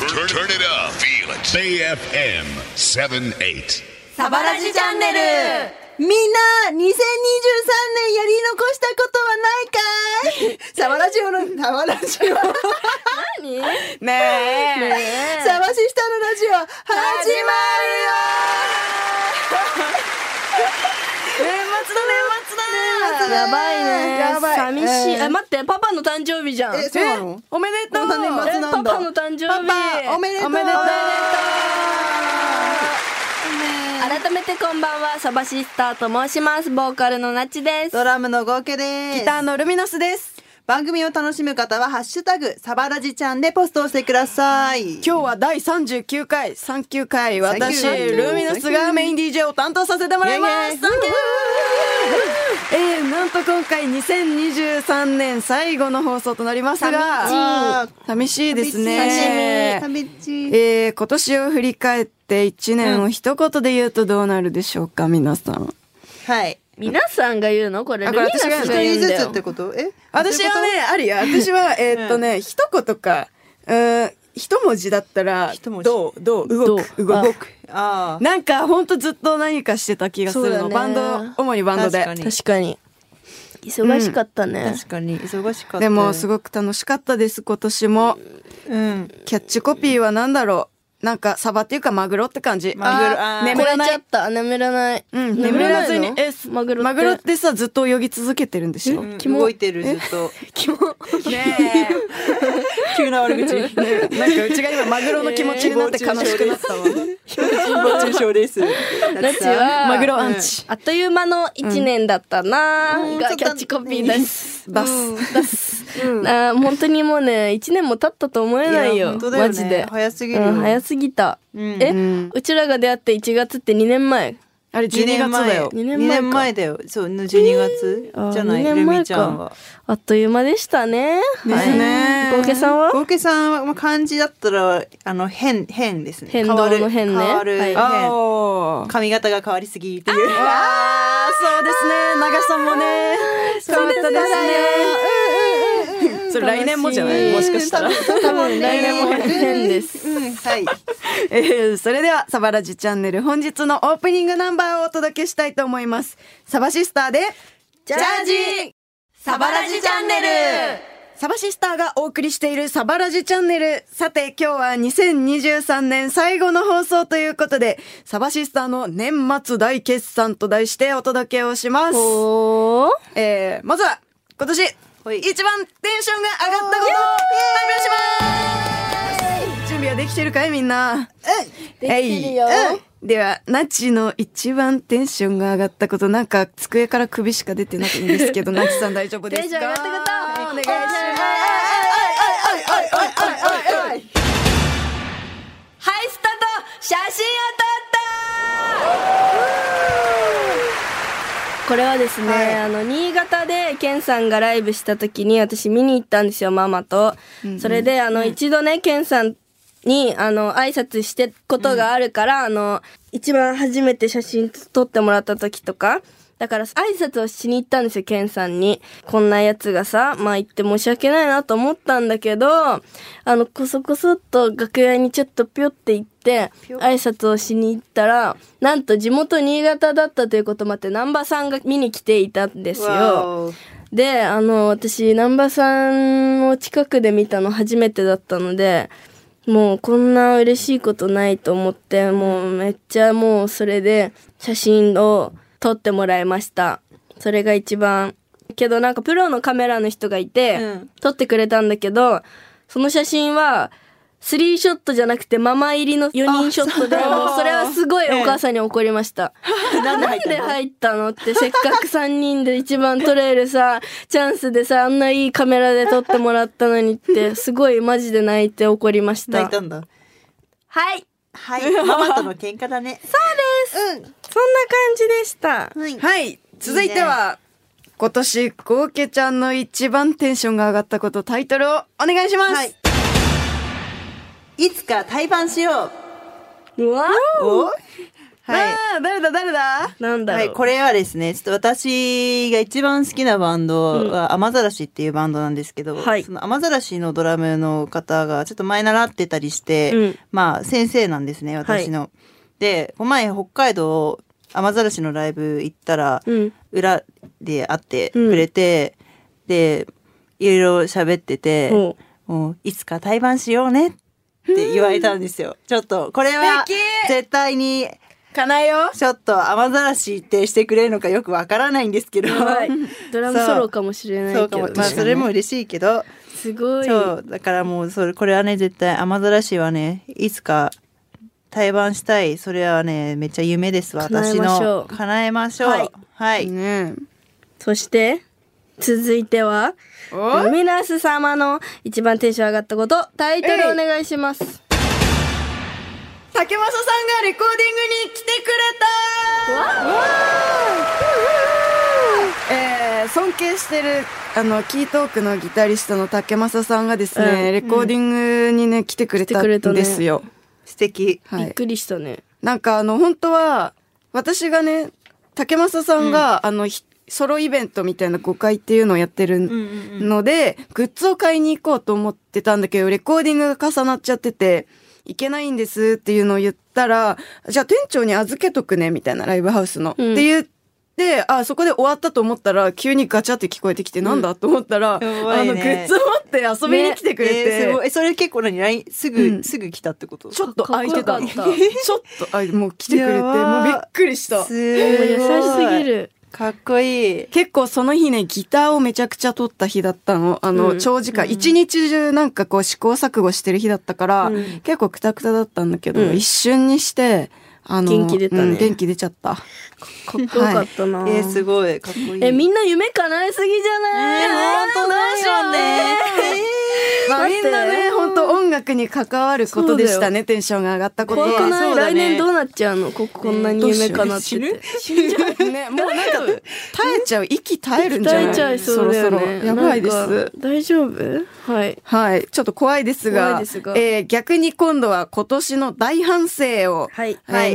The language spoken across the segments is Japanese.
Turn it up. Feel it. BFM 78. サバラジチャンネル。 みんな2023年やり残したことはないかい？サバラジオ何？ ねえサバシスタのラジオ始まるよ。年末だ。 やばいね。 やばい。 寂しい。待って、パパの誕生日じゃん。 そうなの？ おめでとう。 こんな年末なんだ。 パパの誕生日。 パパおめでとう。 改めてこんばんは、サバシスターと申します。ボーカルのなちです。 ドラムの合計です。 ギターのルミナスです。 番組を楽しむ方はハッシュタグサバラジちゃんでポストをしてください。 今日は第39回39回私ルミナスがメイン DJ を担当させてもらいます。サンキュー。なんと今回2023年最後の放送となりますが寂しいですね。今年を振り返って1年を一言で言うとどうなるでしょうか、皆さん。 はい、 皆さんが言うの？これルミナスが言うんだよ。 一人ずつってこと？ 私はね、あるよ。私は一言か一文字だったら動く。なんかほんとずっと何かしてた気がするの。バンド、主にバンドで。 確かに忙しかったね。 確かに忙しかった。 でもすごく楽しかったです、今年も。キャッチコピーは何だろう。なんかサバっていうかマグロって感じ。 眠らない。眠らない。 眠らずにマグロってさずっと泳ぎ続けてるんでしょ。 動いてるずっと。 キモねえ。 急な悪口。 なんかうちが今マグロの気持ちになって悲しくなったわ。 誹謗中傷です。 ナチはマグロアンチ。 あっという間の1年だったながキャッチコピーです。 出す。 本当にもうね1年も経ったと思えないよ。マジで早すぎるよ。 早すぎた。うちらが出会って1月って2年前。 あれ12月だよ。 2年前だよ。そう12月じゃない。ルミちゃんはあっという間でしたね。 ですね。 合計さんは？ 合計さんは漢字だったら変ですね。 変動の変ね。 変わる変。髪型が変わりすぎっていう。 そうですね。長さもね変わったですね。それ来年もじゃない？もしかしたら多分来年も変です。 はい。 それではサバラジチャンネル本日のオープニングナンバーをお届けしたいと思います。サバシスターでジャージサバラジチャンネル。 サバシスターがお送りしているサバラジチャンネル。さて今日は2023年最後の放送ということで、サバシスターの年末大決算と題してお届けをします。まずは今年一番テンションが上がったことを発表します。準備はできてるかいみんな？ できてるよ。 ではナチの一番テンションが上がったこと、なんか机から首しか出てないんですけどナチさん大丈夫ですか？ テンション上がったことお願いします。 はいスタート。写真を撮ったこれはですね、新潟でケンさんがライブした時に私見に行ったんですよ、ママと。それで一度ねケンさんに挨拶してことがあるから、一番初めて写真撮ってもらった時とかだから挨拶をしに行ったんですよ、ケンさんに。こんなやつがさ言って申し訳ないなと思ったんだけど、こそこそっと楽屋にちょっとぴょって行って挨拶をしに行ったら、なんと地元新潟だったということもあって南波さんが見に来ていたんですよ。で私南波さんを近くで見たの初めてだったので、もうこんな嬉しいことないと思って、もうめっちゃもうそれで写真を撮ってもらいました。それが一番。けどなんかプロのカメラの人がいて、撮ってくれたんだけど、その写真は3ショットじゃなくてママ入りの4人ショットで、もうそれはすごいお母さんに怒りました。なんで入ったのって、せっかく3人で一番撮れるさチャンスでさ、あんないいカメラで撮ってもらったのにって、すごいマジで泣いて怒りました。 泣いたんだ。 はいママとの喧嘩だね。 そうです、そんな感じでした。 はい、続いては今年合計ちゃんの一番テンションが上がったこと、タイトルをお願いします。 いつか対バンしよう。 うわはい。 誰だなんだろう。 はい、これはですね、ちょっと私が一番好きなバンドは、雨ざらしっていうバンドなんですけど、 はいその雨ざらしのドラムの方がちょっと前習ってたりして、 うんまあ先生なんですね、私の。で、この前北海道雨ざらしのライブ行ったら、 うん。 裏で会ってくれて、で、いろいろ喋ってて、 ほもういつか対バンしようねって言われたんですよ。ちょっと、これは素敵絶対に、 叶えよちょっと雨ざらしってしてくれるのかよくわからないんですけど。 やばい。ドラムソロかもしれないけど、ね。 そうかも。まあそれも嬉しいけど。 すごい。 そう。だからもうこれはね、絶対雨ざらしはね、いつか対バンしたい。それはね、めっちゃ夢です。私の。叶えましょう。 はいはい。 ねそして、続いては、 おルミナス様の一番テンション上がったこと、タイトルお願いします。 竹正さんがレコーディングに来てくれた尊敬してるキートークのギタリストの竹正さんがですね、レコーディングにね来てくれたんですよ。 素敵。 はいびっくりしたね。 なんか本当は私がね竹正さんが、ソロイベントみたいな5回っていうのをやってるので、グッズを買いに行こうと思ってたんだけどレコーディングが重なっちゃってていけないんですっていうのを言ったら、じゃあ店長に預けとくねみたいな、ライブハウスの、って言って、そこで終わったと思ったら急にガチャって聞こえてきて、なんだと思ったら、 やばいねグッズを持って遊びに来てくれて、 すごい。それ結構すぐ来たってこと？ ちょっと空いてたの。ちかっこよかっょっともう来てくれて、もうびっくりした。 すもう優しすぎる。 かっこいい。 結構その日ね、ギターをめちゃくちゃ撮った日だったの。長時間、一日中なんかこう試行錯誤してる日だったから、結構クタクタだったんだけど、一瞬にして、 元気出たね元気出ちゃった。 かっこよかったな。 すごい。かっこいい。 みんな夢叶えすぎじゃない本当だよね。 まあみんなね、本当音楽に関わることでしたね、テンションが上がったことは。 怖くない？ そうだね来年どうなっちゃうの？こんなに夢叶ってて。 死んじゃうね。もうなんか、耐えちゃう。息耐えるんじゃない？ 耐えちゃいそうだよね。 そろそろ。やばいでなんすか。大丈夫？はい。 はい。ちょっと怖いですが、 怖いですが逆に今度は今年の大反省を、 はい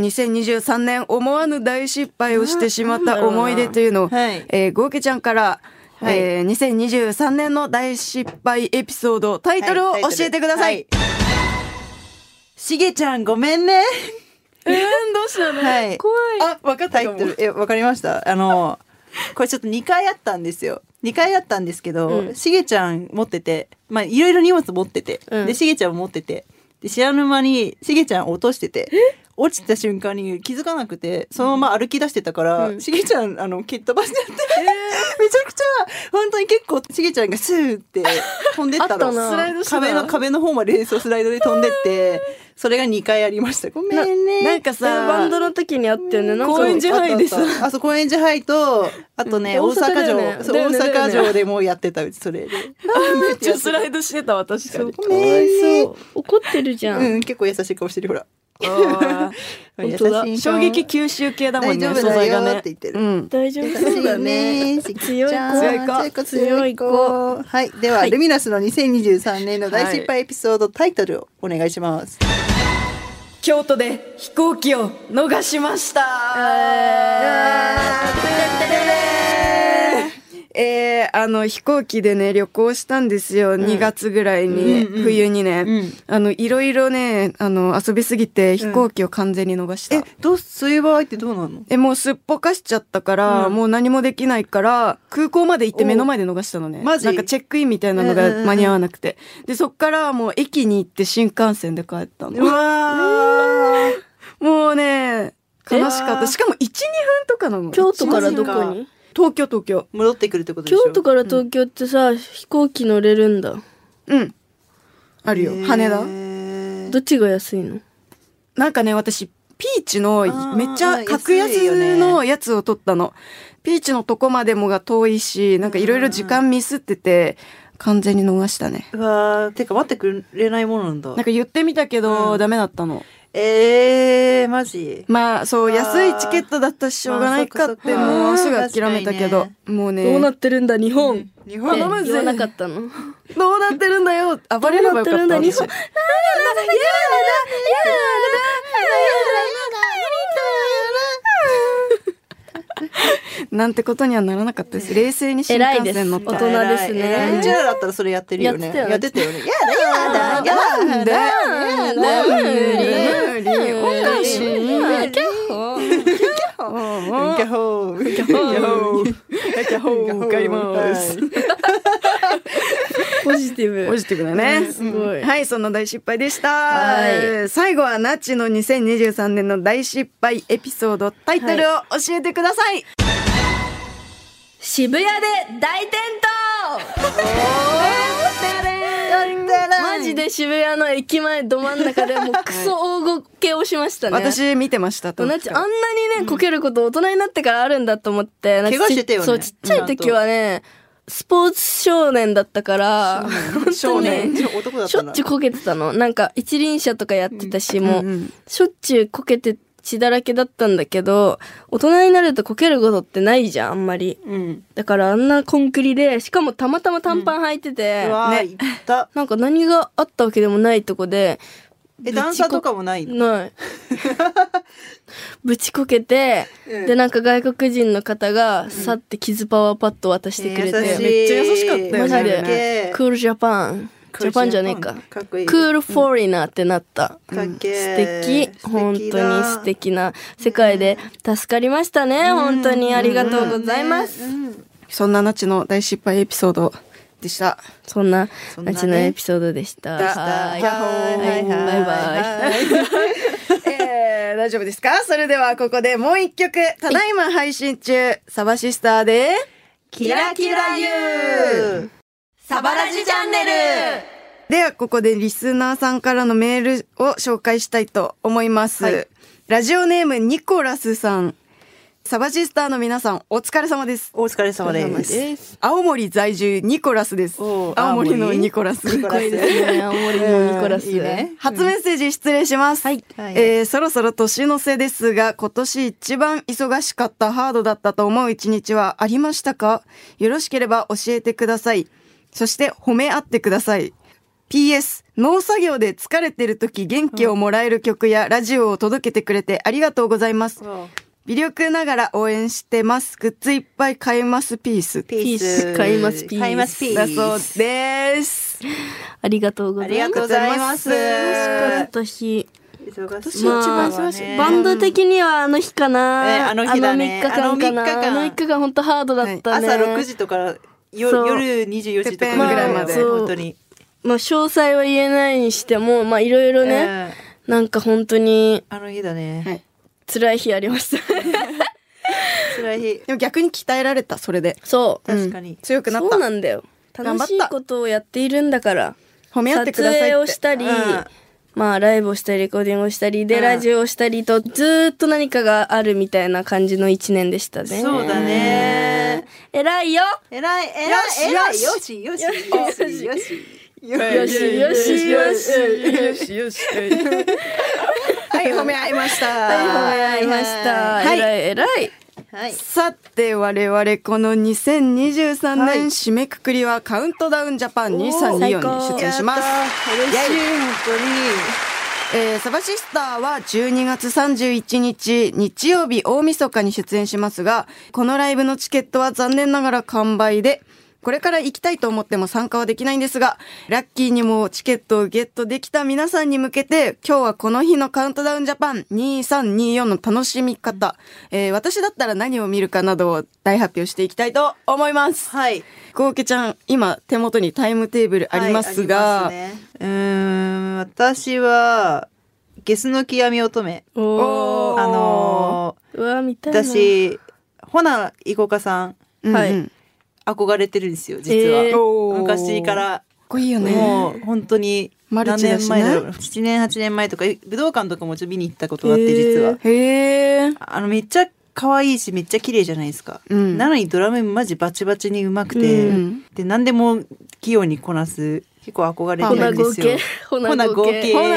2023年思わぬ大失敗をしてしまった思い出というのを、 はいゴーケちゃんから、2023年の大失敗エピソード、タイトルを教えてください。 しげちゃんごめんね。 どうしたの？ はい。 怖い。 わかっタイトル、わかりました。これちょっと2回あったんですよ。2回あったんですけど、しげちゃん持ってて、まあいろいろ荷物持ってて、で、しげちゃん持ってて、で、知らぬ間にしげちゃん落としてて、落ちた瞬間に気づかなくて、そのまま歩き出してたから、しげちゃん、蹴っ飛ばしちゃって、めちゃくちゃ、本当に結構、しげちゃんがスーって飛んでったの。 スライド壁の方までスライドで飛んでって、それが2回ありました。ごめんね。 なんかさ、 バンドの時にあったよね。なんか高円寺ハイでさ、 そう、高円寺ハイと、あとね、大阪だよ城、 ねそう、大阪城でもうやってたうち、それで。 めっちゃスライドしてたわ、確かに。 かわいそう。怒ってるじゃん。 うん、結構優しい顔してる、ほら。 本当だ優しい衝撃吸収系だもんね、素大丈夫だ材がねよって。言ってる。 うん。 大丈夫そうだね。強い子。強い子。 はい。では、ルミナスの2023年の大失敗エピソード、タイトルをお願いします。 京都で飛行機を逃しました。飛行機でね、旅行したんですよ。2月ぐらいに、冬にね。いろいろね、遊びすぎて飛行機を完全に逃した。 そういう場合ってどうなの？ もうすっぽかしちゃったから、もう何もできないから、空港まで行って目の前で逃したのね。 マジ？ なんかチェックインみたいなのが間に合わなくて。で、そっからもう駅に行って新幹線で帰ったの。 うわー。 もうね、悲しかった。しかも1、2分とかなの。 京都からどこに？ 東京。 戻ってくるってことでしょ？ 京都から東京ってさ、飛行機乗れるんだ。 うん。あるよ。羽田。 どっちが安いの？ なんかね、私、ピーチのめっちゃ格安のやつを取ったの。ピーチのとこまでもが遠いし、なんかいろいろ時間ミスってて、完全に逃したね。 うわー、てか待ってくれないものなんだ。 なんか言ってみたけど、ダメだったの。 マジ？ まあ、そう、安いチケットだったししょうがないかって、もうすぐ諦めたけど、もうね。 どうなってるんだ、日本。 日本頼むぜ。言わなかったの。 どうなってるんだよ。暴れればよかった。 どうなってるんだ、日本。 なんてことにはならなかったです。冷静に新幹線乗った。 偉いです。大人ですね。 うちらだったらそれやってるよね。やってたよね。やだなんで無理おかしい。 キャッホーキャホーキャホーキャホー帰ります。 ポジティブ。 ポジティブだね。 すごい。 はい、そんな大失敗でした。最後はナッチの2023年の大失敗エピソード、タイトルを教えてください。 渋谷で大転倒。マジで渋谷の駅前ど真ん中でもうクソ大ごけをしましたね。 私見てました。 あんなにねこけること大人になってからあるんだと思って。 怪我してたよね。 そう、ちっちゃい時はねスポーツ少年だったから少年しょっちゅうこけてたの。なんか一輪車とかやってたし、もうしょっちゅうこけて血だらけだったんだけど、大人になるとこけることってないじゃん、あんまり。だからあんなコンクリで、しかもたまたま短パン履いてて、なんか何があったわけでもないとこで、 段差とかもないの？ ない。ぶちこけて、でなんか外国人の方がさって傷パワーパッド渡してくれて、 めっちゃ優しかったよね。 マジでクールジャパン。ジャパンじゃねえか。クールフォーリナーってなった。素敵。本当に素敵な世界で助かりましたね。本当にありがとうございます。 そんなナチの大失敗エピソードでした。 そんなナチのエピソードでした。はい。バイバイ。大丈夫ですか？それではここでもう一曲、ただいま配信中、サバシスターでキラキラユー。 サバラジチャンネル。 ではここでリスナーさんからのメールを紹介したいと思います。ラジオネームニコラスさん。サバシスターの皆さんお疲れ様です。 お疲れ様です。 青森在住ニコラスです。青森のニコラス。 青森のニコラス。 初メッセージ失礼します。そろそろ年の瀬ですが、今年一番忙しかったハードだったと思う一日はありましたか？よろしければ教えてください。そして褒め合ってください。PS、農作業で疲れてる時元気をもらえる曲やラジオを届けてくれてありがとうございます。微力ながら応援してます。グッズいっぱい買いますピース。 ピース。買いますピース。 だそうです。 ありがとうございます。 ありがとうございます。 楽しかった日。 今年一番忙しい。バンド的にはあの日かな。 あの日だね。 あの3日間。あの3日間本当ハードだったね。 朝6時とか夜24時とかぐらいまで本当に。 まあ詳細は言えないにしても、まあいろいろね、なんか本当にあの日だね。 辛い日ありました。 辛い日。 でも逆に鍛えられた、それで。 そう。 確かに。 強くなった。 そうなんだよ。楽しいことをやっているんだから。 褒め合ってくださいって。 撮影をしたり、まあライブをしたり、レコーディングをしたり、で、ラジオをしたりと、ずーっと何かがあるみたいな感じの一年でしたね。 そうだね。 偉いよ。 偉い。よし。よし。 はい、褒め合いました。 偉い。 さて我々この2023年締めくくりはカウントダウンジャパン2324に出演します。 嬉しい、本当に。 サバシスターは12月31日日曜日大晦日に出演しますが、このライブのチケットは残念ながら完売で、これから行きたいと思っても参加はできないんですが、ラッキーにもチケットをゲットできた皆さんに向けて、今日はこの日のカウントダウンジャパン2324の楽しみ方、私だったら何を見るかなどを大発表していきたいと思います。 はい。 コウケちゃん、今手元にタイムテーブルありますが、 私はゲスの極み乙女。 見たいな。 私、ほな、いこかさん。 はい。 憧れてるんですよ、実は。昔から。 かっこいいよね。 もう、本当に、何年前だろう。7年、8年前とか、武道館とかもちょっと見に行ったことがあって、実は。めっちゃ可愛いし、めっちゃ綺麗じゃないですか。なのにドラムマジバチバチに上手くて、で、何でも器用にこなす。結構憧れてるんですよ。 ほな合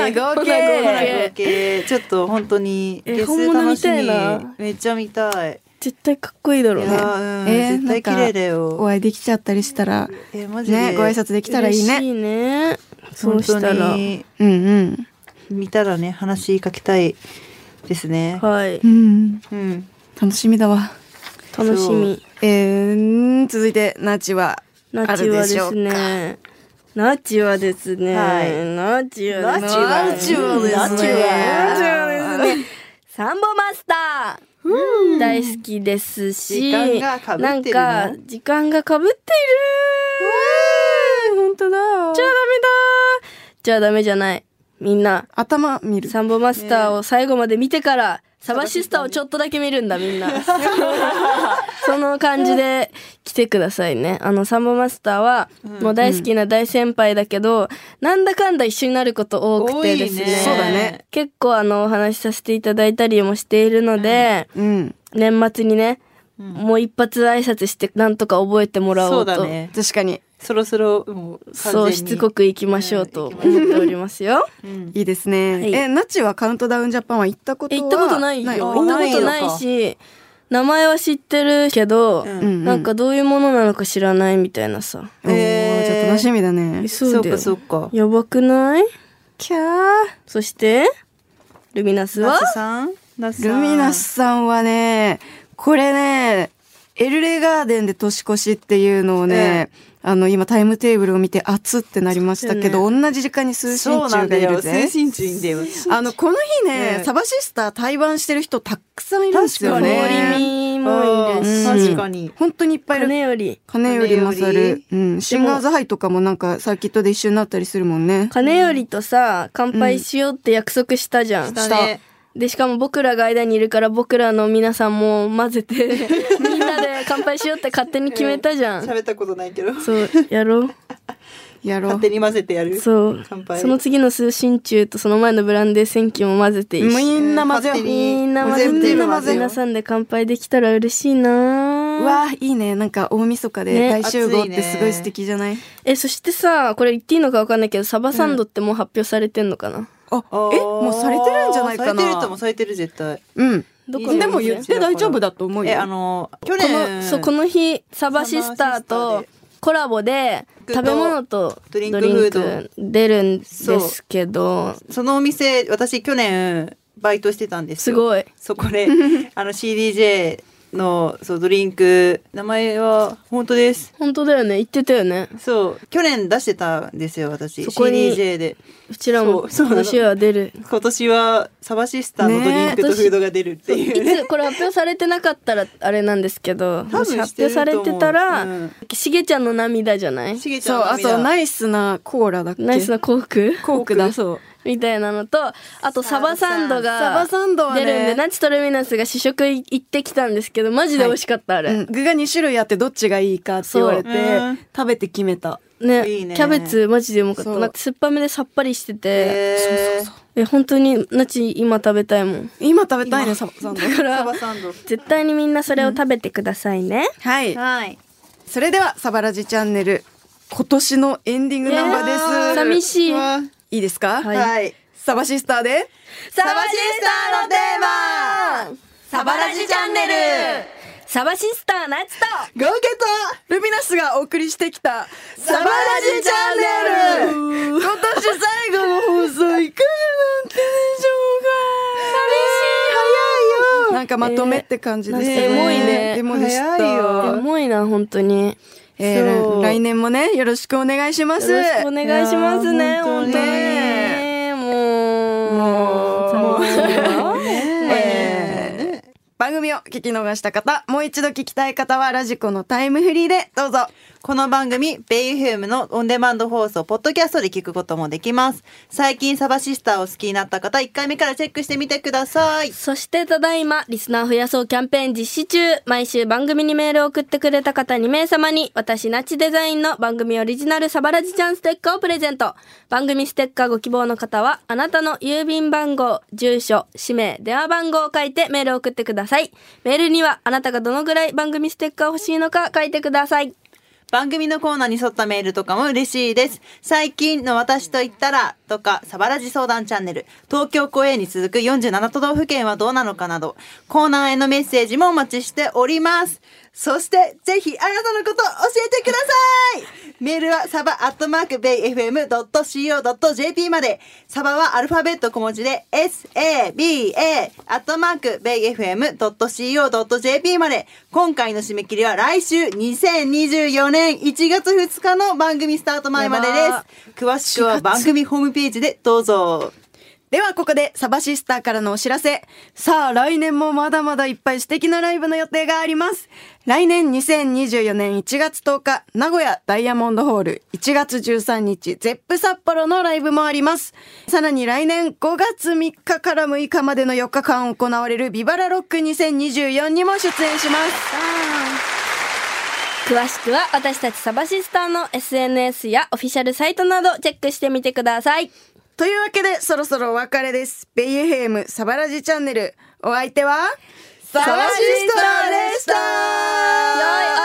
計。ちょっと本当に、ゲス楽しみ。めっちゃ見たい。 絶対かっこいいだろうね。 絶対綺麗だよ。 お会いできちゃったりしたら、 マジでね、ご挨拶できたらいいね。 嬉しいね。そうしたら。 見たらね、話しかけたいですね。 はい。 楽しみだわ。 楽しみ。 続いてナチはあるでしょうか。 ナチはですね、サンボマスター大好きですし、なんか時間が被っている。 本当だ。 じゃあダメじゃない。みんな頭見る。 サンボマスターを最後まで見てから、サバシスターをちょっとだけ見るんだみんな。その感じで来てくださいね。サンボマスターはもう大好きな大先輩だけど、なんだかんだ一緒になること多くてですね。 そうだね。 結構お話しさせていただいたりもしているので、年末にね、もう一発挨拶してなんとか覚えてもらおうと。 そうだね。 確かに。 そろそろもうそうしつこく行きましょうと思っておりますよ。 いいですね。ナチはカウントダウンジャパンは行ったことは？ 行ったことないよ。行ったことないし、名前は知ってるけど、なんかどういうものなのか知らないみたいなさ。 じゃあ楽しみだね。 そうだよ。 そうか。 やばくない？キャー。そしてルミナスは？ ルミナスさんはね、これね、エルレガーデンで年越しっていうのをね、今タイムテーブルを見て熱ってなりましたけど、同じ時間に通信中がいるぜ。 通信中いいんだよ。 この日ね、サバシスター対バンしてる人たくさんいるんですよね。 森美もいるし。 確かに。 本当にいっぱいいる。金より勝る。シンガーズハイとかもなんかサーキットで一緒になったりするもんね。 金よりとさ、乾杯しようって約束したじゃん。 したね。 で、しかも僕らが間にいるから僕らの皆さんも混ぜて、みんなで乾杯しようって勝手に決めたじゃん。 喋ったことないけど。 そう、やろう。 勝手に混ぜてやる。 そう。その次の通信中とその前のブランデー戦記も混ぜていいし。 みんな混ぜよう。 みんな混ぜて皆さんで乾杯できたら嬉しいな。 うわ、いいね。なんか大晦日で大集合ってすごい素敵じゃない？ そしてさ、これ言っていいのか分かんないけど、サバサンドってもう発表されてんのかな？ もうされてるんじゃないかな。 されてるともされてる絶対。 どこでも言って大丈夫だと思うよ。 去年この日サバシスターとコラボで食べ物とドリンク出るんですけど、 そのお店私去年バイトしてたんですよ。 すごい。 そこでCDJ のドリンク、名前は本当です。 本当だよね。言ってたよね。 そう、去年出してたんですよ私。 そこに CDJ でうちらも今年は出る。 今年はサバシスターのドリンクとフードが出るっていう、 いつこれ発表されてなかったらあれなんですけど、もし発表されてたら、しげちゃんの涙じゃない？ しげちゃんの涙。 あとナイスなコーラだっけ？ ナイスなコークだ。そうみたいなのと、あとサバサンドが出るんで、ナチとルミナスが試食行ってきたんですけど、マジで美味しかった、あれ。 具が2種類あってどっちがいいかって言われて、食べて決めた。 ね、キャベツマジでうまかった。なんか酸っぱめでさっぱりしてて、本当にナチ今食べたいもん。 今食べたいね、サバサンド。 だから絶対にみんなそれを食べてくださいね。 はい。それではサバラジチャンネル今年のエンディングナンバーです。 寂しい。 いいですか？ はい。 サバシスターでサバシスターのテーマ、サバラジチャンネル、 サバシスターナチとゴーケトルミナスがお送りしてきたサバラジチャンネル。 今年最後の放送いかがだったでしょうか？寂しい。早いよ。なんかまとめって感じですね。 エモいね。 エモでした。 エモいな本当に。 来年もねよろしくお願いします。 よろしくお願いしますね。本当に。 番組を聞き逃した方、もう一度聞きたい方はラジコのタイムフリーでどうぞ。 この番組、ベイフームのオンデマンド放送、ポッドキャストで聞くこともできます。最近サバシスターを好きになった方、1回目からチェックしてみてください。 そしてただいま、リスナー増やそうキャンペーン実施中。毎週番組にメールを送ってくれた方2名様に、私ナチデザインの番組オリジナルサバラジちゃんステッカーをプレゼント。番組ステッカーご希望の方は、あなたの郵便番号、住所、氏名、電話番号を書いてメールを送ってください。メールには、あなたがどのぐらい番組ステッカー欲しいのか書いてください。 番組のコーナーに沿ったメールとかも嬉しいです。最近の私と言ったらとか、サバラジ相談チャンネル、東京公演に続く47都道府県はどうなのかなど、コーナーへのメッセージもお待ちしております。 そしてぜひあなたのこと教えてください。メールはサバ@bayfm.co.jp まで。サバはアルファベット小文字で SABA @bayfm.co.jp まで。今回の締め切りは来週2024年1月2日の番組スタート前までです。詳しくは番組ホームページでどうぞ。 ではここでサバシスターからのお知らせ。さあ来年もまだまだいっぱい素敵なライブの予定があります。来年2024年1月10日名古屋ダイヤモンドホール、1月13日ゼップ札幌のライブもあります。さらに来年5月3日から6日までの4日間行われるビバラロック2024にも出演します。 詳しくは私たちサバシスターの SNS やオフィシャルサイトなどチェックしてみてください。 というわけでそろそろお別れです。ベイ FM サバラジチャンネル、お相手はサバシスターでした。 良い